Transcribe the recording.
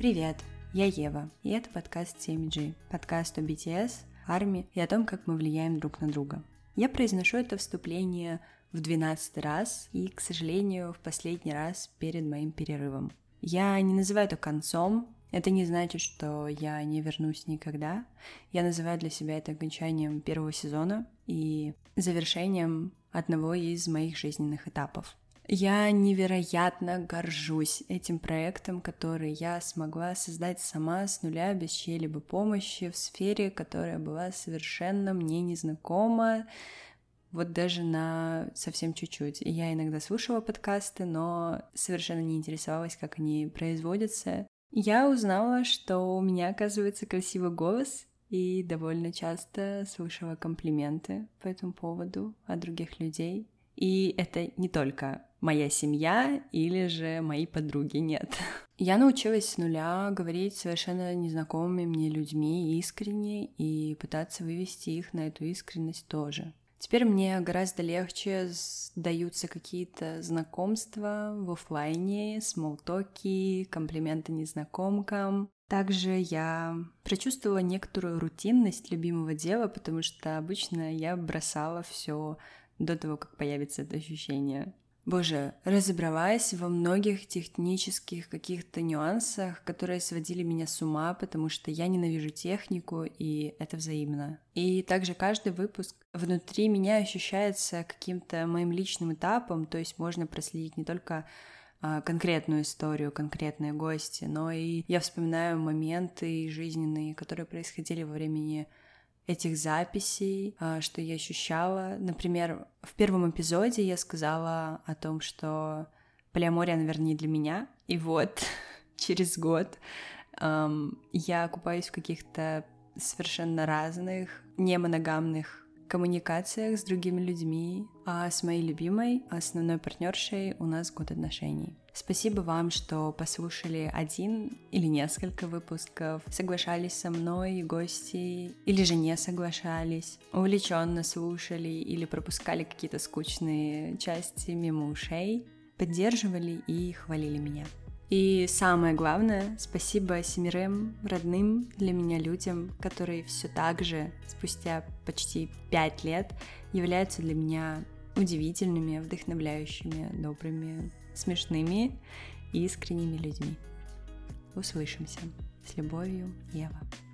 Привет, я Ева, и это подкаст CMG, подкаст о BTS, армии и о том, как мы влияем друг на друга. Я произношу это вступление в 12-й раз и, к сожалению, в последний раз перед моим перерывом. Я не называю это концом, это не значит, что я не вернусь никогда. Я называю для себя это окончанием первого сезона и завершением одного из моих жизненных этапов. Я невероятно горжусь этим проектом, который я смогла создать сама с нуля, без чьей-либо помощи, в сфере, которая была совершенно мне незнакома, вот даже на совсем чуть-чуть. Я иногда слушала подкасты, но совершенно не интересовалась, как они производятся. Я узнала, что у меня, оказывается, красивый голос, и довольно часто слышала комплименты по этому поводу от других людей. И это не только моя семья или же мои подруги, нет. Я научилась с нуля говорить с совершенно незнакомыми мне людьми искренне и пытаться вывести их на эту искренность тоже. Теперь мне гораздо легче даются какие-то знакомства в офлайне, смолтоки, комплименты незнакомкам. Также я прочувствовала некоторую рутинность любимого дела, потому что обычно я бросала все до того, как появится это ощущение. Боже, разобралась во многих технических каких-то нюансах, которые сводили меня с ума, потому что я ненавижу технику, и это взаимно. И также каждый выпуск внутри меня ощущается каким-то моим личным этапом, то есть можно проследить не только конкретную историю, конкретные гости, но и я вспоминаю моменты жизненные, которые происходили во времени этих записей, что я ощущала. Например, в первом эпизоде я сказала о том, что полиамория, наверное, не для меня. И вот через год я купаюсь в каких-то совершенно разных, немоногамных коммуникациях с другими людьми, а с моей любимой, основной партнершей у нас год отношений. Спасибо вам, что послушали один или несколько выпусков, соглашались со мной гости, или же не соглашались, увлеченно слушали или пропускали какие-то скучные части мимо ушей, поддерживали и хвалили меня. И самое главное, спасибо 7 родным для меня людям, которые все так же спустя почти 5 лет являются для меня удивительными, вдохновляющими, добрыми, смешными и искренними людьми. Услышимся. С любовью, Ева.